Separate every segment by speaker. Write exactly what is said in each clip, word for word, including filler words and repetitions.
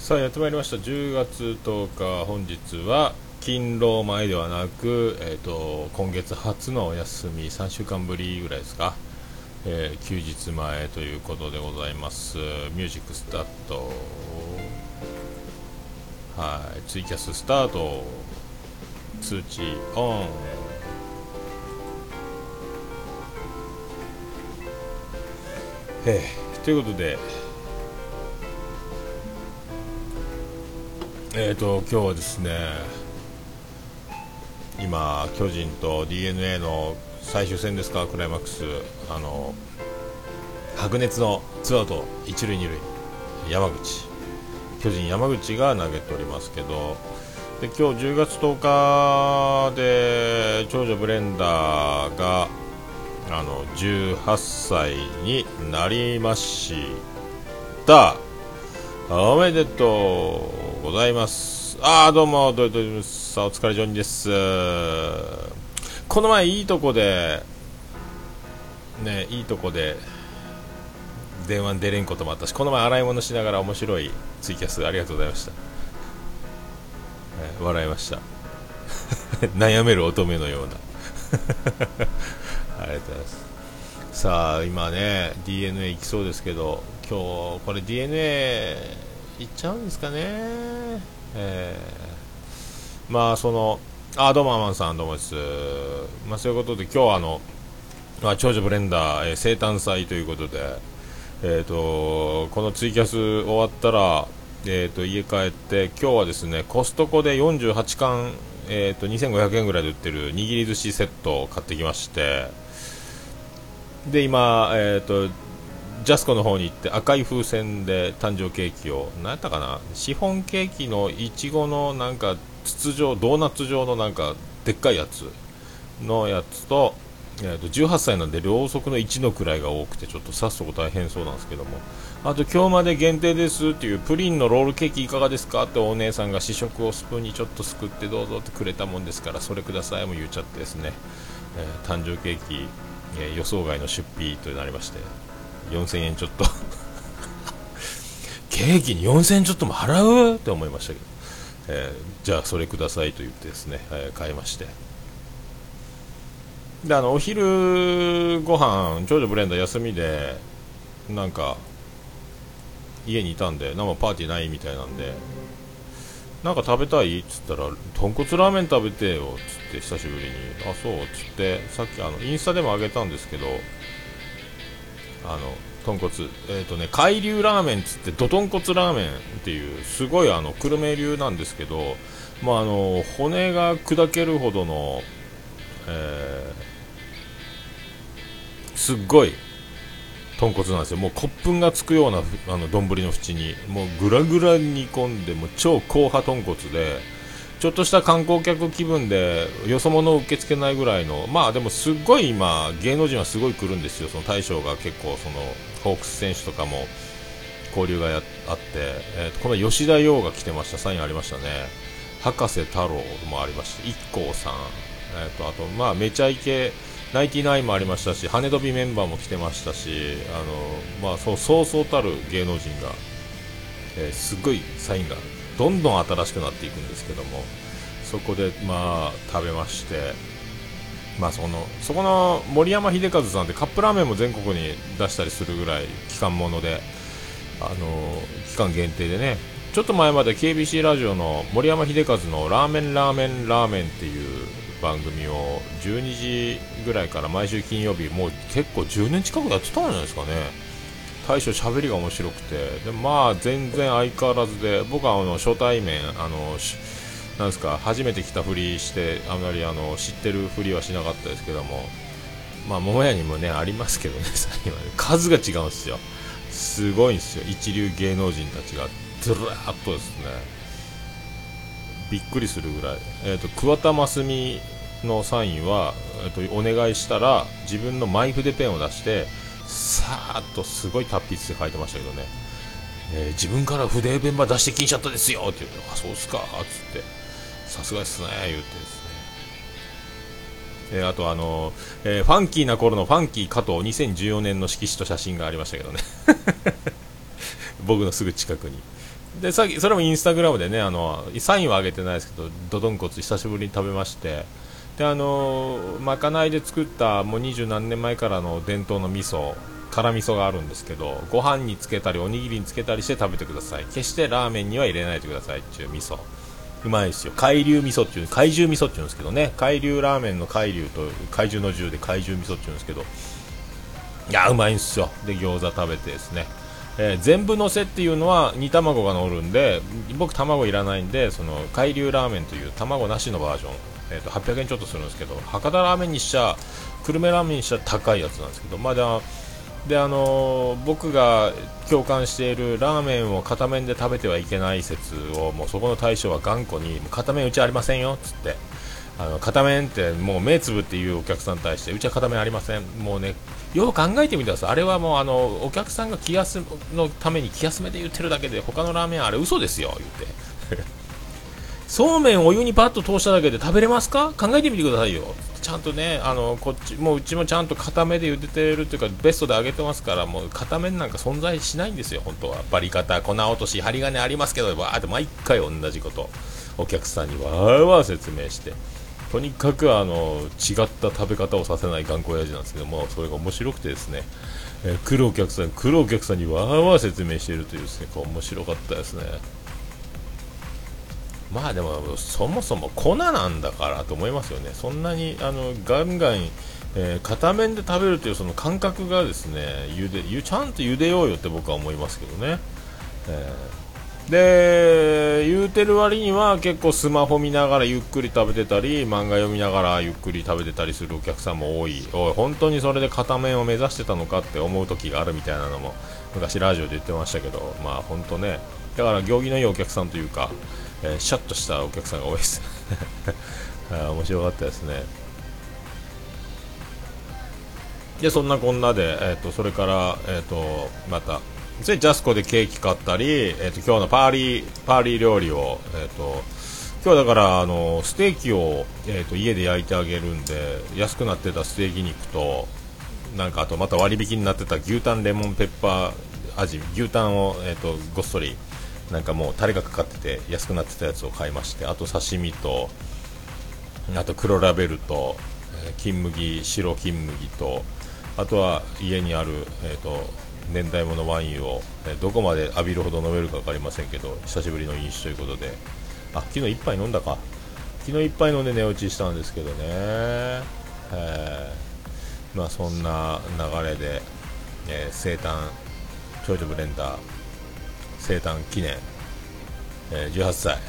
Speaker 1: さあやってまいりましたじゅうがつとおか、本日は勤労前ではなく、えー、と今月初のお休み、さんしゅうかんぶりぐらいですか、えー、休日前ということでございます。ミュージックスタート、はい、ツイキャススタート、通知オン。えー、ということで、えーと今日はですね、今巨人と ディーエヌエー の最終戦ですか、クライマックス、あの白熱のツーアウト一塁二塁、山口巨人山口が投げておりますけど、で今日じゅうがつとおかで長女ブレンダーがあのじゅうはっさいになりました。おめでとうございます。あーどうもどうもどうも、さあお疲れジョニーです。この前いいとこでね、いいとこで電話に出れんこともあったし、この前洗い物しながら面白いツイキャスありがとうございました。え笑いました悩める乙女のようなありがとうございます。さあ今ね ディーエヌエー 行きそうですけど、今日これ ディーエヌエー 行っちゃうんですかね。えー、まあそのあどうもアマンさんどうもです。まあそういうことで今日はあの、まあ、長女ブレンダー、えー、生誕祭ということで、えーとこのツイキャス終わったら、えーと家帰って今日はですねコストコでよんじゅうはちかん、えーとにせんごひゃくえんぐらいで売ってる握り寿司セットを買ってきまして、で今、えー、とジャスコの方に行って赤い風船で誕生ケーキを、何やったかな、シフォンケーキのいちごのなんか筒状ドーナツ状のなんかでっかいやつのやつと、えー、とじゅうはっさいなんでろうそくのいちの位が多くてちょっと刺すとこ大変そうなんですけども、あと今日まで限定ですっていうプリンのロールケーキいかがですかってお姉さんが試食をスプーンにちょっとすくってどうぞってくれたもんですから、それくださいも言っちゃってですね、えー誕生ケーキ、えー予想外の出費となりましてよんせんえんちょっとケーキによんせんえんちょっとも払うって思いましたけど、えーじゃあそれくださいと言ってですね、えー買いまして、であのお昼ご飯長女ブレンダー休みでなんか家にいたんで、なんかパーティーないみたいなんで、なんか食べたいっつったら豚骨ラーメン食べてよっつって、久しぶりにあそうっつって、さっきあのインスタでもあげたんですけど、あの豚骨、えーとね、海流ラーメンっつってど豚骨ラーメンっていうすごいあの久留米流なんですけど、まあ、あの骨が砕けるほどの、えーすっごい豚骨なんですよ。もう骨粉がつくようなあの丼の縁にもうグラグラに煮込んで、もう超高派豚骨で、ちょっとした観光客気分でよそ者を受け付けないぐらいの、まあでもすっごい今芸能人はすごい来るんですよ。その大将が結構そのホークス選手とかも交流がやあって、えー、とこの吉田洋が来てました。サインありましたね。博士太郎もありました。 イッコー さん、えー、とあとまあめちゃイケナインティナインもありましたし、羽飛びメンバーも来てましたし、あの、まあ、そうそうそうたる芸能人が、えーすごいサインがどんどん新しくなっていくんですけども、そこでまあ食べまして、まあ、そのそこの森山秀和さんってカップラーメンも全国に出したりするぐらい期間もので、あの期間限定でね、ちょっと前まで ケービーシー ラジオの森山秀和のラーメンラーメンラーメンっていう番組をじゅうにじぐらいから毎週金曜日、もう結構じゅうねん近くやってたんじゃないですかね。大将喋りが面白くて、でまあ全然相変わらずで、僕はあの初対面、あのなんですか、初めて来たふりしてあまりあの知ってるふりはしなかったですけども、まあ桃屋にもねありますけどね、最後まで数が違うんですよ。すごいんですよ、一流芸能人たちがずらーっとですね、びっくりするぐらい、えーと、桑田真澄のサインは、えーと、お願いしたら自分のマイ筆ペンを出してさーっとすごい達筆で書いてましたけどね、えー自分から筆ペンば出してきんしゃったですよって言って、あそうっすかっつって、さすがですね言ってですね、えーあとあのーえーファンキーな頃のファンキー加藤にせんじゅうよねんの色紙と写真がありましたけどね僕のすぐ近くにでさっきそれもインスタグラムでね、あのサインは上げてないですけど、ドドンコツ久しぶりに食べまして、であのまかないで作ったもう二十何年前からの伝統の味噌、辛味噌があるんですけど、ご飯につけたりおにぎりにつけたりして食べてください。決してラーメンには入れないでくださいっていう味噌、うまいですよ。海流味噌っていう怪獣味噌っていうんですけどね、海流ラーメンの海流と怪獣の獣で怪獣味噌っていうんですけど、いやうまいんですよ。で餃子食べてですね、えー、全部のせっていうのは煮卵が乗るんで、僕卵いらないんで、その海流ラーメンという卵なしのバージョン、えー、とはっぴゃくえんちょっとするんですけど、博多ラーメンにしちゃ久留米ラーメンにしちゃ高いやつなんですけど、まあでであのー、僕が共感しているラーメンを片面で食べてはいけない説を、もうそこの大将は頑固に、片面うちありませんよっつって、あの片面ってもう目つぶっていうお客さんに対して、うちは片面ありません、もうね、よく考えてみてください。あれはもうあのお客さんが気休のために気休めで言ってるだけで、他のラーメンはあれ嘘ですよ言ってそうめんお湯にパッと通しただけで食べれますか、考えてみてくださいよ。ちゃんとね、あのこっちもううちもちゃんと片面で茹でてるというかベストで揚げてますから、もう片面なんか存在しないんですよ。本当はバリカタ、粉落とし、針金ありますけど、わーって毎回同じことお客さんにわーわー説明して、とにかくあの違った食べ方をさせない頑固親父なんですけども、それが面白くてですね、えー、来るお客さん来るお客さんにわーわー説明しているというですね、こう面白かったですね。まあでもそもそも粉なんだからと思いますよね。そんなにあのガンガン、えー、片面で食べるというその感覚がですね、ゆでゆちゃんと茹でようよって僕は思いますけどね。えー、で言うてる割には結構スマホ見ながらゆっくり食べてたり、漫画読みながらゆっくり食べてたりするお客さんも多い。おい本当にそれで片面を目指してたのかって思う時があるみたいなのも昔ラジオで言ってましたけど、まあ本当ね、だから行儀のいいお客さんというか、えー、シャッとしたお客さんが多いですあ、面白かったですね。でそんなこんなで、えー、とそれから、えー、とまたジャスコでケーキ買ったり、えー、と今日のパーリーパーリー料理を、えー、と今日だからあのステーキを、えー、と家で焼いてあげるんで、安くなってたステーキ肉と、なんかあとまた割引になってた牛タンレモンペッパー味、牛タンを、えー、とごっそりなんかもうタレがかかってて安くなってたやつを買いまして、あと刺身と、あと黒ラベルと、えー、金麦、白金麦と、あとは家にある、えー、と年代物ワインを、えー、どこまで浴びるほど飲めるか分かりませんけど、久しぶりの飲酒ということで、あ昨日一杯飲んだか、昨日一杯飲んで寝落ちしたんですけどね、えー、まあそんな流れで、えー、生誕長女ブレンダー生誕記念、えー、じゅうはっさい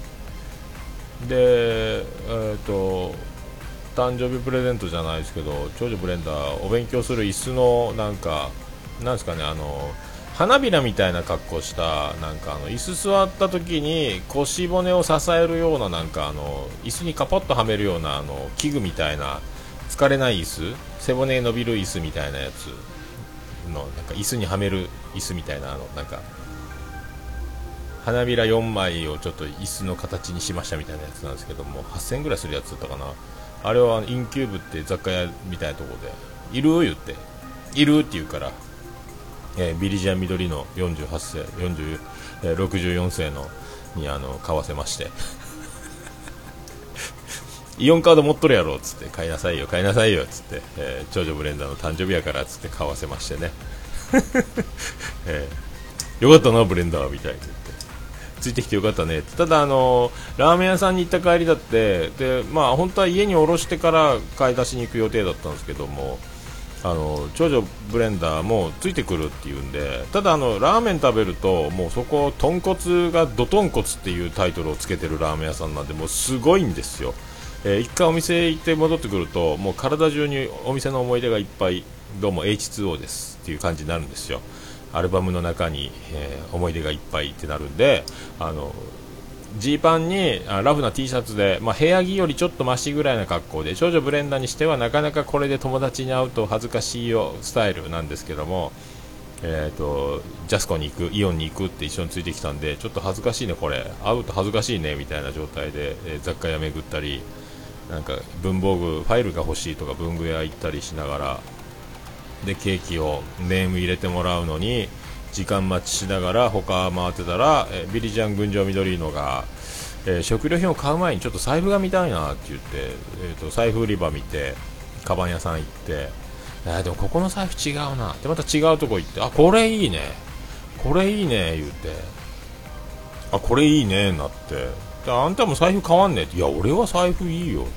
Speaker 1: で、えー、と誕生日プレゼントじゃないですけど、長女ブレンダーお勉強する椅子のなんかなんですかね、あの花びらみたいな格好した、なんかあの椅子座った時に腰骨を支えるような、なんかあの椅子にカポッとはめるようなあの器具みたいな、疲れない椅子、背骨伸びる椅子みたいなやつの、なんか椅子にはめる椅子みたいな、あのなんか花びらよんまいをちょっと椅子の形にしましたみたいなやつなんですけども、はっせんえんぐらいするやつだったかな。あれはインキューブって雑貨屋みたいなところで、いる言っているって言うから、えー、ビリジャン緑のよんじゅうはっせいよんじゅう、えー、ろくじゅうよんせいのにあの買わせましてイオンカード持っとるやろっつって、買いなさいよ買いなさいよっつって、えー、長女ブレンダーの誕生日やからっつって買わせましてね、えー、よかったなブレンダーみたいに言って、ついてきてよかったねって。ただあのー、ラーメン屋さんに行った帰りだって、でまあ本当は家に下ろしてから買い出しに行く予定だったんですけども、あの長女ブレンダーもついてくるっていうんで、ただあのラーメン食べるともうそこ豚骨がド豚骨っていうタイトルをつけてるラーメン屋さんなんで、もうすごいんですよ。えー、一回お店行って戻ってくるともう体中にお店の思い出がいっぱい、どうも エイチツーオー ですっていう感じになるんですよ。アルバムの中に、えー、思い出がいっぱいってなるんで、あのジーパンにあラフな T シャツで、まあ、部屋着よりちょっとマシぐらいな格好で、少女ブレンダーにしてはなかなかこれで友達に会うと恥ずかしいよスタイルなんですけども、えー、とジャスコに行く、イオンに行くって一緒についてきたんで、ちょっと恥ずかしいね、これ会うと恥ずかしいねみたいな状態で、えー、雑貨屋巡ったり、なんか文房具ファイルが欲しいとか文具屋行ったりしながらで、ケーキをネーム入れてもらうのに時間待ちしながら他回ってたら、えー、ビリジャン群青緑のが、えー、食料品を買う前にちょっと財布が見たいなって言って、えー、と財布売り場見てカバン屋さん行って、えー、でもここの財布違うなってまた違うとこ行って、あこれいいねこれいいね言って、あこれいいねなって、であんたも財布買わんねって、いや俺は財布いいよっつって、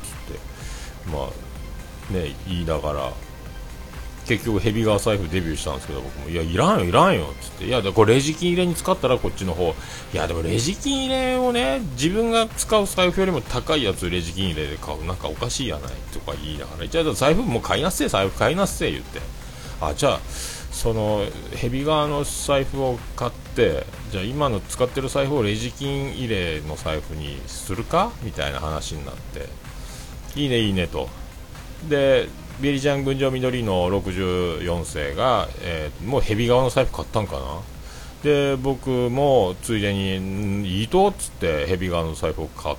Speaker 1: まあね言いながら結局ヘビ川財布デビューしたんですけど、僕もいやいらんよいらんよっつって、いやこれレジ金入れに使ったらこっちの方、いやでもレジ金入れをね自分が使う財布よりも高いやつレジ金入れで買うなんかおかしいやないとか言いながら、じゃあ財布もう買いなっせ財布買いなっせ言って、あじゃあそのヘビ側の財布を買って、じゃあ今の使ってる財布をレジ金入れの財布にするかみたいな話になって、いいねいいねと。でビリジャン群青緑のろくじゅうよん世が、えー、もうヘビ側の財布買ったんかな。で僕もついでにいいとっつってヘビ側の財布を買って、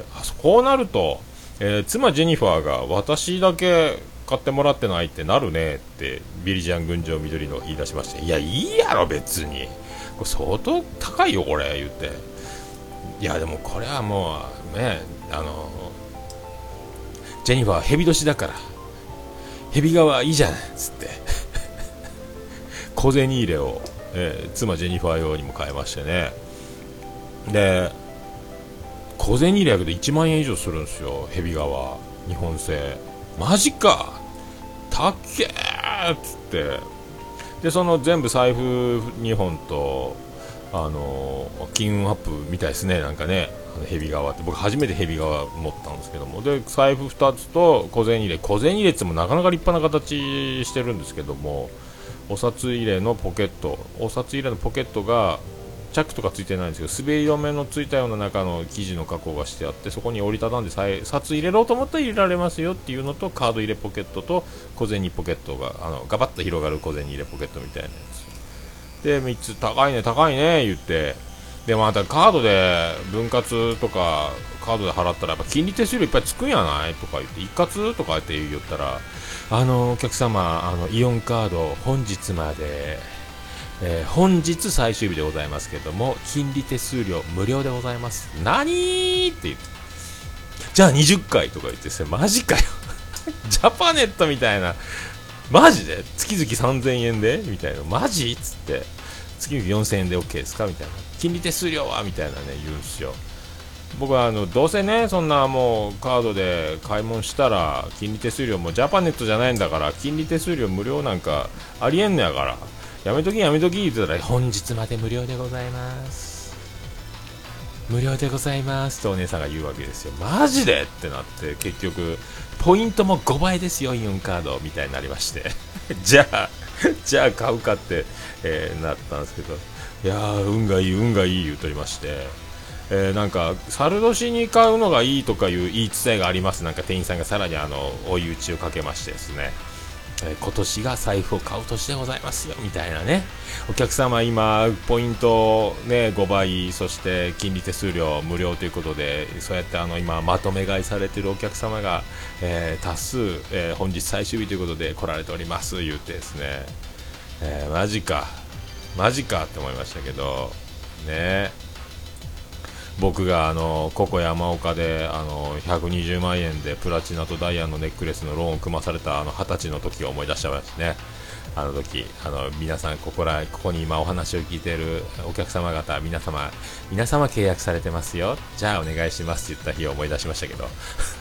Speaker 1: あこうなると、えー、妻ジェニファーが私だけ買ってもらってないってなるねってビリジャン群青緑の言い出しまして、いやいいやろ別にこれ相当高いよこれ言って、いやでもこれはもうねあのジェニファーヘビ年だからヘビ側いいじゃんっつって小銭入れを、えー、妻ジェニファー用にも買いましてね。で小銭入れやけどいちまん円以上するんですよヘビ側日本製、マジかたっけーっつって、でその全部財布にほんとあのー、金運アップみたいですねなんかね、ヘビ側って僕初めてヘビ側持ったんですけども、で財布ふたつと小銭入れ、小銭入れってもなかなか立派な形してるんですけども、お札入れのポケット、お札入れのポケットがチャックとかついてないんですけど滑り止めのついたような中の生地の加工がしてあって、そこに折りたたんで札入れろうと思ったら入れられますよっていうのと、カード入れポケットと小銭ポケットがあのガバッと広がる小銭入れポケットみたいなやつでみっつ、高いね高いね言って、でまたカードで分割とかカードで払ったらやっぱ金利手数料いっぱいつくんやないとか言って、一括とか言って言ったら、あのお客様あのイオンカード本日まで、えー、本日最終日でございますけども金利手数料無料でございます。何ーって言って、じゃあにじゅっかいとか言ってマジかよジャパネットみたいな、マジで月々さんぜんえんでみたいな、マジっつって月々よんせんえんで OK ですかみたいな、金利手数料はみたいなね言うんすよ。僕はあのどうせねそんなもうカードで買い物したら金利手数料もジャパネットじゃないんだから金利手数料無料なんかありえんのやから、やめときやめとき言ってたら、本日まで無料でございます無料でございますとお姉さんが言うわけですよ。マジでってなって、結局ポイントもごばいですよイオンカードみたいになりましてじゃあじゃあ買うかって、えー、なったんですけど、いやー運がいい運がいい言うとりまして、えー、なんか猿年に買うのがいいとかいう言い伝えがあります。なんか店員さんがさらにあの追い打ちをかけましてですね、えー、今年が財布を買う年でございますよみたいなね、お客様今ポイント、ね、ごばい、そして金利手数料無料ということで、そうやってあの今まとめ買いされているお客様が、えー、多数、えー、本日最終日ということで来られております言ってですね、えー、マジかマジかって思いましたけどね。僕があのココ山岡であのひゃくにじゅうまんえんでプラチナとダイヤのネックレスのローンを組まされたあのはたちの時を思い出しちゃいましたね。あの時あの皆さんここらここに今お話を聞いているお客様方、皆様皆様契約されてますよ、じゃあお願いしますって言った日を思い出しましたけど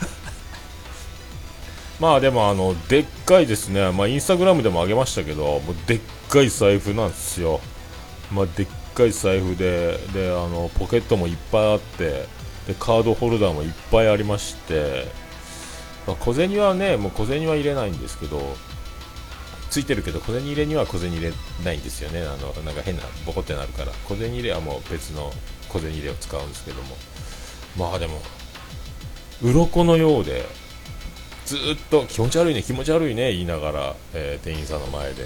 Speaker 1: まあでもあのでっかいですね、まあインスタグラムでも上げましたけど、もうでっかい財布なんですよ。まあでっかい財布で、であのポケットもいっぱいあって、でカードホルダーもいっぱいありまして、まあ、小銭はねもう小銭は入れないんですけど、ついてるけど小銭入れには小銭入れないんですよね。あのなんか変なボコってなるから、小銭入れはもう別の小銭入れを使うんですけども、まあでも鱗のようでずっと気持ち悪いね気持ち悪いね言いながら、えー、店員さんの前で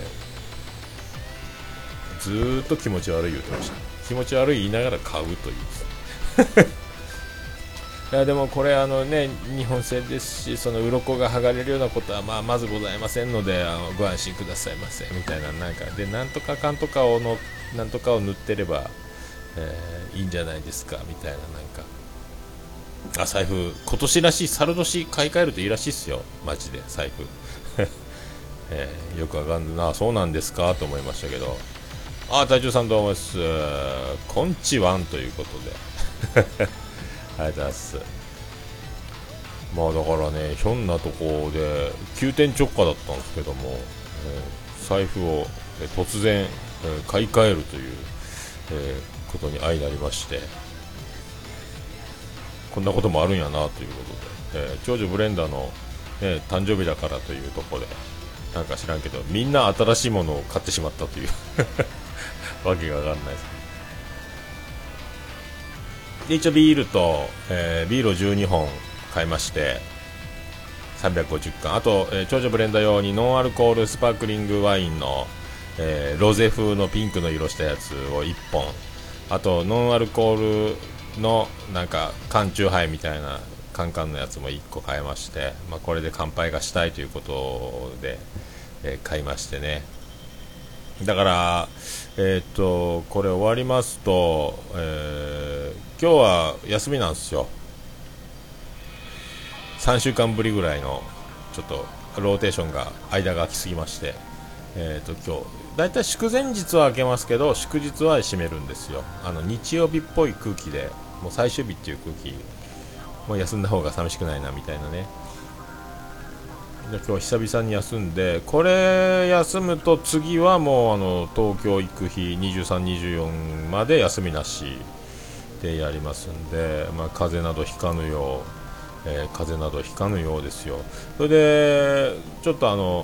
Speaker 1: ずーっと気持ち悪い言ってました。気持ち悪い言いながら買うといういやでもこれあのね日本製ですし、その鱗が剥がれるようなことはまあまずございませんので、あのご安心くださいませみたいな、なんかでなんとかかんとかをのなんとかを塗ってれば、えー、いいんじゃないですかみたいな、なんかあ財布今年らしい猿年買い替えるといいらしいっすよマジで財布、えー、よくわかんないな、そうなんですかと思いましたけど、あ隊長さんどうもです、こんちわんということでありがとうございます。まあだからね、ひょんなとこで急転直下だったんですけども、えー、財布を、えー、突然、えー、買い替えるという、えー、ことに相なりまして、こんなこともあるんやなということで、えー、長女ブレンダーの、ね、誕生日だからというところで、なんか知らんけどみんな新しいものを買ってしまったというわけがわかんないです。で一応ビールと、えー、ビールをじゅうにほん買いましてさんびゃくごじゅっかん、あと、えー、長女ブレンダー用にノンアルコールスパークリングワインの、えー、ロゼ風のピンクの色したやつをいっぽん、あとノンアルコールのなんか缶チューハイみたいなカンカンのやつもいっこ買いまして、まあ、これで乾杯がしたいということで、えー、買いましてね。だからえー、っとこれ終わりますと、えー、今日は休みなんですよ。さんしゅうかんぶりぐらいのちょっとローテーションが間が空きすぎまして、えー、と今日だいたい祝前日は開けますけど祝日は閉めるんですよ。あの日曜日っぽい空気で、もう最終日っていう空気、もう休んだ方が寂しくないなみたいなね。で今日久々に休んで、これ休むと次はもうあの東京行く日にじゅうさん、にじゅうよんまで休みなしでやりますんで、まあ、風邪などひかぬようえー、風邪などひかぬようですよ。それでちょっとあの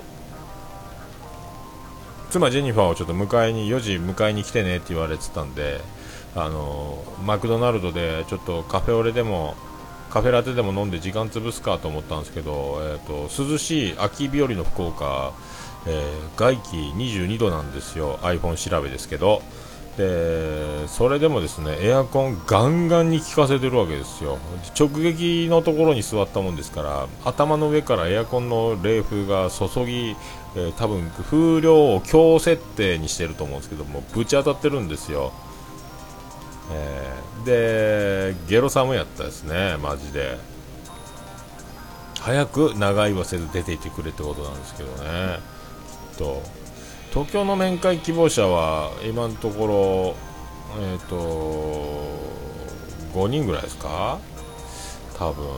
Speaker 1: 妻ジェニファーをちょっと迎えによじ迎えに来てねって言われてたんで、あのマクドナルドでちょっとカフェオレでもカフェラテでも飲んで時間潰すかと思ったんですけど、えー、と涼しい秋日和の福岡、えー、外気にじゅうにどなんですよ。 iPhone 調べですけど、でそれでもですねエアコンガンガンに効かせてるわけですよ。直撃のところに座ったもんですから、頭の上からエアコンの冷風が注ぎ、えー、多分風量を強設定にしてると思うんですけども、ぶち当たってるんですよ。えー、でゲロ寒やったですねマジで。早く長居はせず出ていてくれってことなんですけどね。きっと東京の面会希望者は今のところ、えーとごにんぐらいですか多分、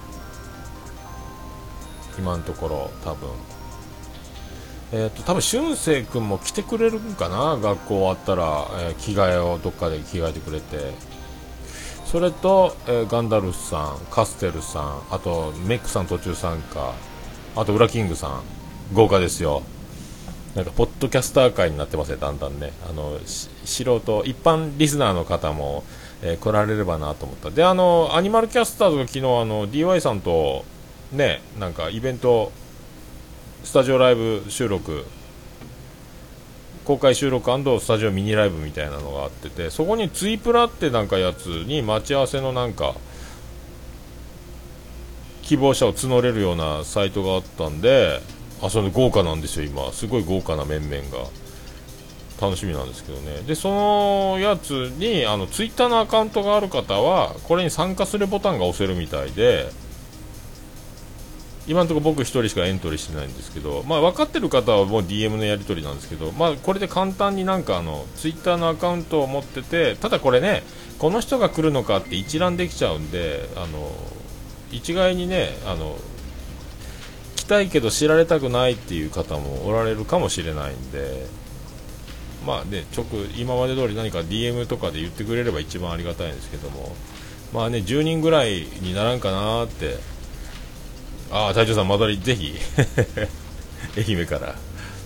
Speaker 1: 今のところ多分えーと多分俊生君も来てくれるんかな、学校終わったら、えー、着替えをどっかで着替えてくれて、それと、えー、ガンダルスさん、カステルさん、あとメックさん途中参加、あとウラキングさん、豪華ですよ。なんかポッドキャスター会になってますね、だんだんね。あの素人一般リスナーの方も、えー、来られればなと思った。で、あのアニマルキャスターズが昨日あの ディーワイ さんとね、なんかイベントスタジオライブ収録、公開収録&スタジオミニライブみたいなのがあってて、そこにツイプラってなんかやつに待ち合わせのなんか希望者を募れるようなサイトがあったんで、あそれ豪華なんですよ。今すごい豪華な面々が楽しみなんですけどね。でそのやつにあのツイッターのアカウントがある方はこれに参加するボタンが押せるみたいで、今のところ僕一人しかエントリーしてないんですけど、まあ、分かってる方はもう ディーエム のやり取りなんですけど、まあ、これで簡単になんかあのツイッターのアカウントを持ってて、ただこれねこの人が来るのかって一覧できちゃうんで、あの一概にねあの来たいけど知られたくないっていう方もおられるかもしれないんで、まあね直今まで通り何か ディーエム とかで言ってくれれば一番ありがたいんですけども、まあねじゅうにんぐらいにならんかなって。ああ隊長さん間取りぜひ愛媛から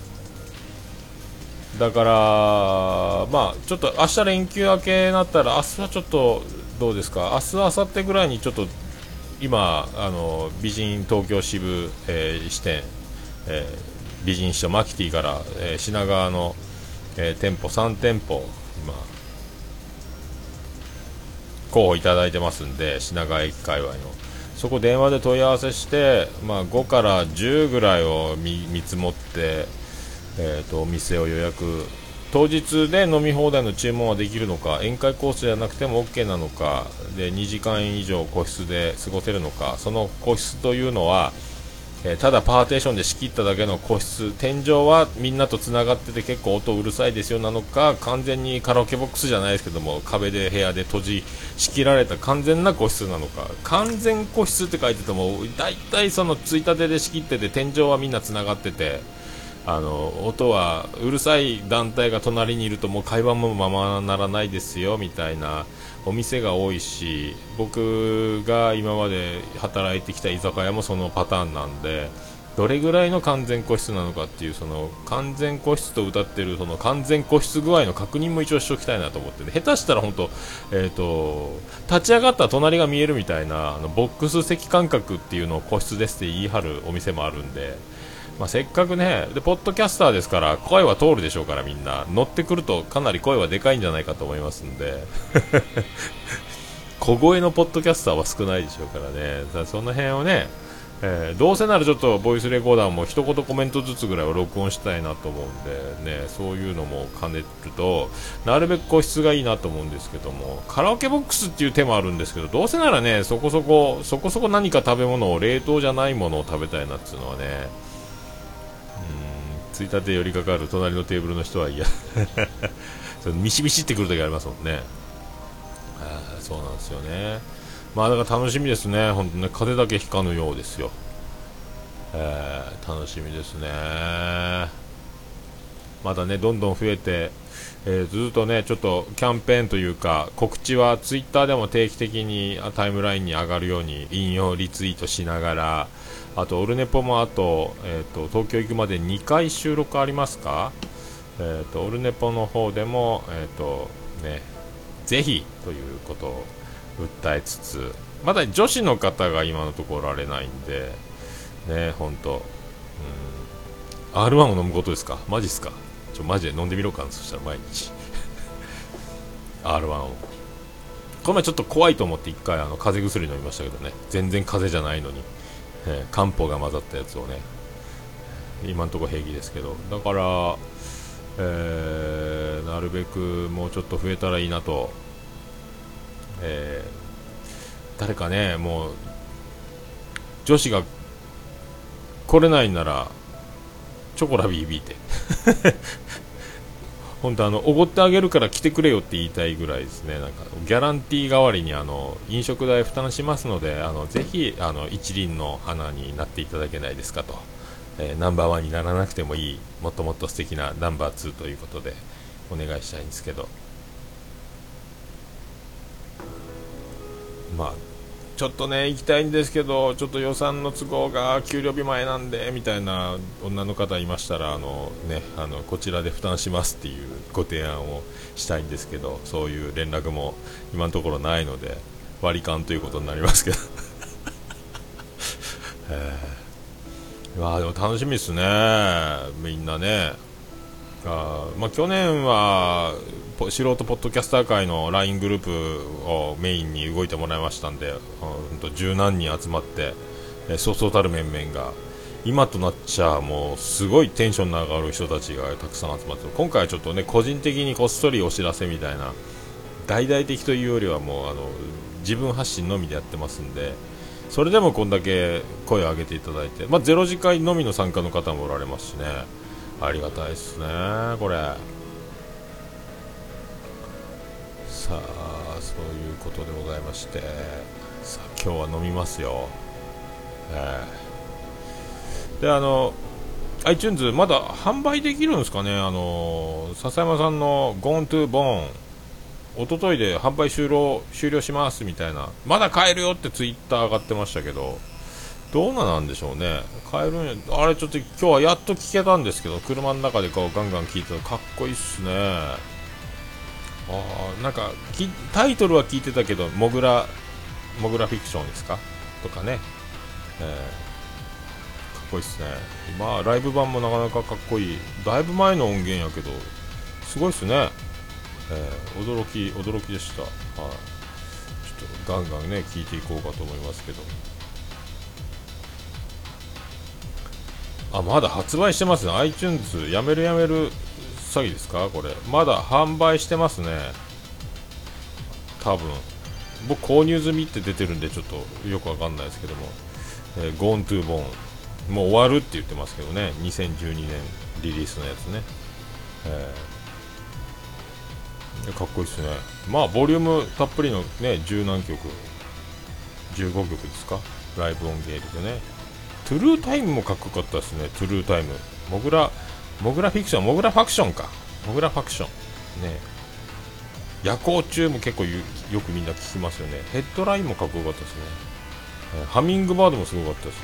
Speaker 1: だから、まあちょっと明日連休明けになったら、明日はちょっとどうですか、明日明後日ぐらいにちょっと今あの美人東京支部、えー、支店、えー、美人支所マキティから、えー、品川の、えー、店舗さん店舗今候補いただいてますんで、品川駅界隈のそこ電話で問い合わせして、まあ、ごからじゅうぐらいを 見, 見積もって、えー、とお店を予約、当日で飲み放題の注文はできるのか、宴会コースじゃなくても OK なのかで、にじかん以上個室で過ごせるのか、その個室というのは、えー、ただパーテーションで仕切っただけの個室、天井はみんなとつながってて結構音うるさいですよなのか、完全にカラオケボックスじゃないですけども壁で部屋で閉じ仕切られた完全な個室なのか。完全個室って書いててもだいたいそのついたてで仕切ってて、天井はみんなつながってて、あの音はうるさい団体が隣にいるともう会話もままならないですよみたいなお店が多いし、僕が今まで働いてきた居酒屋もそのパターンなんで、どれぐらいの完全個室なのかっていう、その完全個室と歌ってるその完全個室具合の確認も一応しておきたいなと思って、ね、下手したら本当、えーと、立ち上がったら隣が見えるみたいなあのボックス席感覚っていうのを個室ですって言い張るお店もあるんで、まあ、せっかくねでポッドキャスターですから声は通るでしょうから、みんな乗ってくるとかなり声はでかいんじゃないかと思いますんで小声のポッドキャスターは少ないでしょうからね。だからその辺をね、えー、どうせならちょっとボイスレコーダーも一言コメントずつぐらいは録音したいなと思うんでね、そういうのも兼ねるとなるべく個室がいいなと思うんですけども、カラオケボックスっていう手もあるんですけど、どうせならねそこそこそこそこ何か食べ物を冷凍じゃないものを食べたいなっていうのはね、ついたて寄りかかる隣のテーブルの人はいやそれミシミシってくるときありますもんね。あ、そうなんですよね。まあだから楽しみですね、本当ね、風だけひかぬようですよ。えー、楽しみですね。まだねどんどん増えて、えー、ずっとねちょっとキャンペーンというか告知はツイッターでも定期的にタイムラインに上がるように引用リツイートしながら、あとオルネポもあと、えー、と東京行くまでにかい収録ありますか、えー、とオルネポの方でも、えーとね、ぜひということを訴えつつ、まだ女子の方が今のところおられないんでね、本当、うん、アールワン を飲むことですか、マジっすか、ちょマジで飲んでみろかな、そしたら毎日アールワン をこの前ちょっと怖いと思って一回あの風邪薬飲みましたけどね、全然風邪じゃないのに、えー、漢方が混ざったやつをね、今のところ平気ですけど、だから、えー、なるべくもうちょっと増えたらいいなと、えー、誰かねもう女子が来れないんならチョコラビービーって本当あのおごってあげるから来てくれよって言いたいぐらいですね。なんかギャランティー代わりにあの飲食代負担しますので、あのぜひあの一輪の花になっていただけないですかと、えー、ナンバーワンにならなくてもいい、もっともっと素敵なナンバーツーということでお願いしたいんですけど、まあちょっとね行きたいんですけど、ちょっと予算の都合が給料日前なんでみたいな女の方いましたら、あのねあのこちらで負担しますっていうご提案をしたいんですけど、そういう連絡も今のところないので割り勘ということになりますけどえー、まあでも楽しみですね、みんなね。あまあ、去年は素人ポッドキャスター界の ライン グループをメインに動いてもらいましたんで、うん、十何人集まって、えー、そうそうたる面々が今となっちゃもうすごいテンションの上がる人たちがたくさん集まって、今回はちょっとね個人的にこっそりお知らせみたいな、大々的というよりはもうあの自分発信のみでやってますんで、それでもこんだけ声を上げていただいて、まあ、ゼロ次会のみの参加の方もおられますしね、ありがたいですねこれ。さあそういうことでございまして、さあ今日は飲みますよ、えー、であの iTunes まだ販売できるんですかね、あの笹山さんの Gone to Bone 一昨日で販売終了終了しますみたいな、まだ買えるよってツイッター上がってましたけど、どうなんでしょうね、買えるんやあれ。ちょっと今日はやっと聞けたんですけど、車の中でこうガンガン聞いてた、かっこいいっすね。あなんかタイトルは聞いてたけど、モグラモグラフィクションですかとかね、えー、かっこいいっすね。まあライブ版もなかなかかっこいい、だいぶ前の音源やけどすごいっすね、えー、驚き驚きでした。はい、 とガンガンね聞いていこうかと思いますけど、あ、まだ発売してますね。 iTunes やめるやめる詐欺ですかこれ。まだ販売してますね、多分。僕購入済みって出てるんでちょっとよくわかんないですけども、えー、Gone to Bone もう終わるって言ってますけどね、にせんじゅうにねんリリースのやつね、えー、かっこいいですね。まあボリュームたっぷりのね、十何曲、じゅうごきょくですか、ライブオンゲールでね。トゥルータイムもかっこよかったですね。トゥルータイム、モグラモグラフィクション、モグラファクションか、モグラファクションね。夜行中も結構よくみんな聞きますよね。ヘッドラインもかっこよかったですね、えー、ハミングバードもすごかったですね、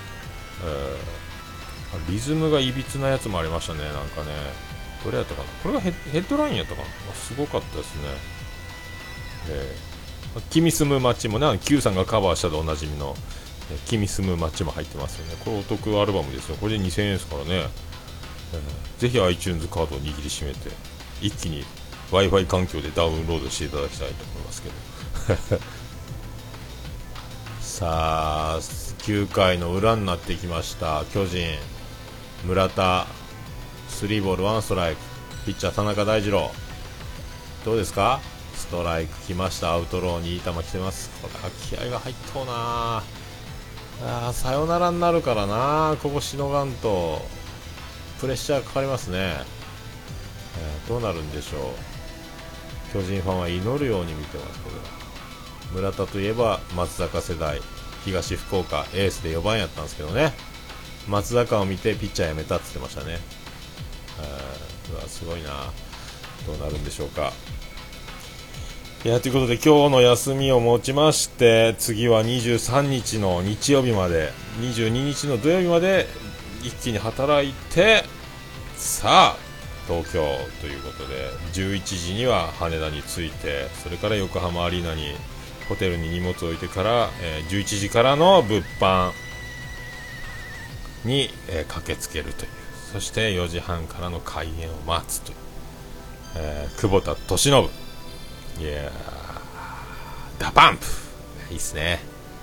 Speaker 1: えー、リズムがいびつなやつもありましたね。なんかね、どれやったかな、これがヘッ、ヘッドラインやったかな、すごかったですね、えー、君住む街もね、Q さんがカバーしたでおなじみの君住む街も入ってますよね。これお得アルバムですよ。これでにせんえんですからね、えー、ぜひ iTunes カードを握りしめて一気に Wi-Fi 環境でダウンロードしていただきたいと思いますけどさあきゅうかいの裏になってきました。巨人村田スリーボールワンストライク、ピッチャー田中大二郎、どうですか。ストライク来ました。アウトローにいい球来てます。これは気合が入っとうなあ。サヨナラになるからな、ここしのがんとプレッシャーかかりますね、えー、どうなるんでしょう。巨人ファンは祈るように見てます。これ村田といえば松坂世代、東福岡エースでよばんやったんですけどね、松坂を見てピッチャー辞めたって言ってましたね。うわすごいな、どうなるんでしょうか。いやということで今日の休みをもちまして、次はにじゅうさんにちの日曜日まで、にじゅうににちの土曜日まで一気に働いて、さあ東京ということでじゅういちじには羽田に着いて、それから横浜アリーナにホテルに荷物を置いてから、えー、じゅういちじからの物販に、えー、駆けつけるという、そしてよじはんからの開演を待つという、えー、久保田利伸、いやーダパンプいいっすね。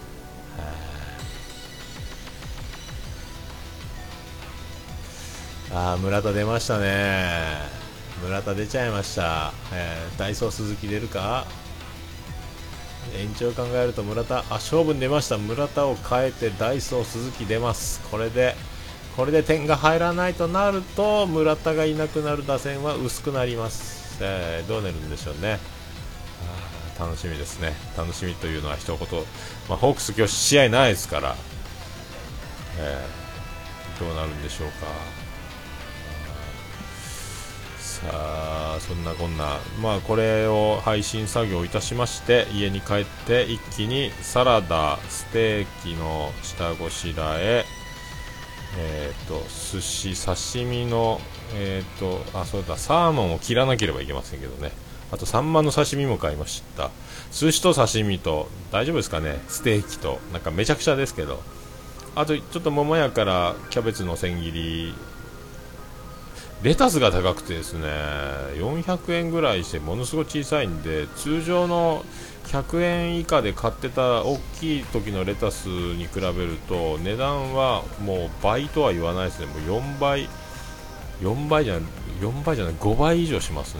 Speaker 1: あー村田出ましたね。村田出ちゃいました、えー、ダイソー鈴木出るか。延長考えると村田、あ勝負に出ました。村田を変えてダイソー鈴木出ます。これでこれで点が入らないとなると村田がいなくなる打線は薄くなります、えー、どうなるんでしょうね。あ楽しみですね。楽しみというのは一言、まあ、ホークス今日試合ないですから、えー、どうなるんでしょうか。さあそんなこんな、まあこれを配信作業いたしまして、家に帰って一気にサラダ、ステーキの下ごしらえ、えっ、ー、と寿司刺身のえっ、ー、とあそうだサーモンを切らなければいけませんけどね。あとサンマの刺身も買いました。寿司と刺身と大丈夫ですかね。ステーキとなんかめちゃくちゃですけど、あとちょっと桃屋からキャベツの千切り、レタスが高くてですねよんひゃくえんぐらいしてものすごい小さいんで、通常のひゃくえん以下で買ってた大きい時のレタスに比べると値段はもう倍とは言わないですね。もうよんばいよんばいじゃよんばいじゃないごばい以上しますね。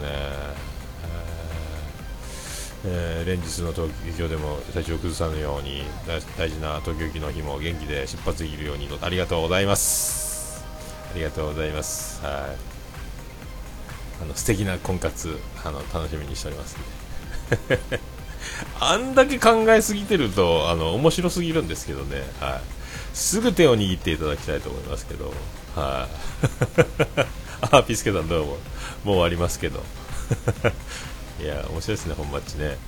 Speaker 1: えー、連日の東京でも体調を崩さぬように大事な東京行きの日も元気で出発できるようにありがとうございます。ありがとうございます。はい、あの素敵な婚活あの楽しみにしておりますんであんだけ考えすぎてるとあの面白すぎるんですけどね、はい、すぐ手を握っていただきたいと思いますけど、はい、あピスケさんどうももう終わりますけどいや面白いですね本マッチね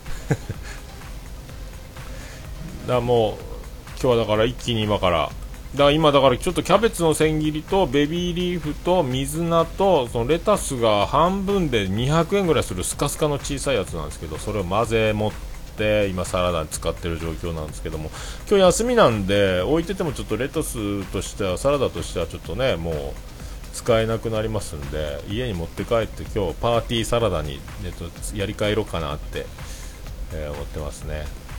Speaker 1: だからもう今日はだから一気に今からだから今だからちょっとキャベツの千切りとベビーリーフと水菜とそのレタスが半分でにひゃくえんぐらいするスカスカの小さいやつなんですけど、それを混ぜ持って今サラダに使ってる状況なんですけども、今日休みなんで置いててもちょっとレタスとしてはサラダとしてはちょっとねもう使えなくなりますんで、家に持って帰って今日パーティーサラダに、えっと、やり替えろかなって、えー、思ってますね。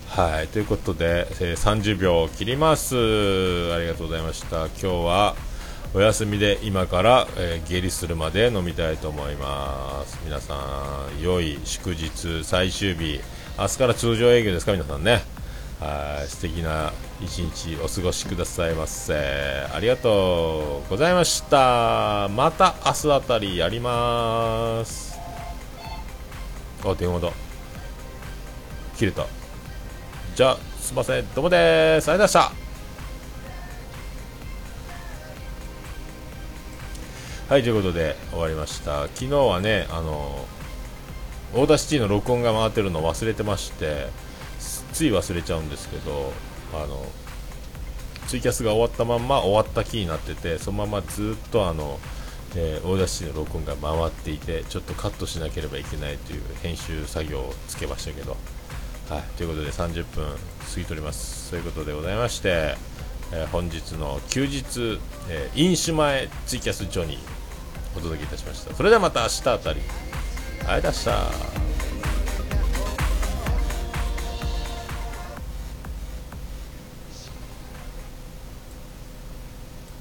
Speaker 1: はい、ということで、えー、さんじゅうびょう切ります。ありがとうございました。今日はお休みで今から、えー、下痢するまで飲みたいと思います。皆さん良い祝日最終日、明日から通常営業ですか皆さんね。はい、素敵な一日お過ごしくださいませ。ありがとうございました。また明日あたりやります。あ、電話だ、切れた。じゃあすいません、どうもです。ありがとうございました。はい、ということで終わりました。昨日はね、あのオーダーシティの録音が回ってるのを忘れてまして、つい忘れちゃうんですけど、あのツイキャスが終わったまんま終わった気になってて、そのままずっとあの、えー、オーダーシティの録音が回っていて、ちょっとカットしなければいけないという編集作業をつけましたけど、はい、ということでさんじゅっぷん過ぎとります。ということでございまして、えー、本日の休日、えー、飲酒前ツイキャスジョニーお届けいたしました。それではまた明日あたり、ありがとうございました。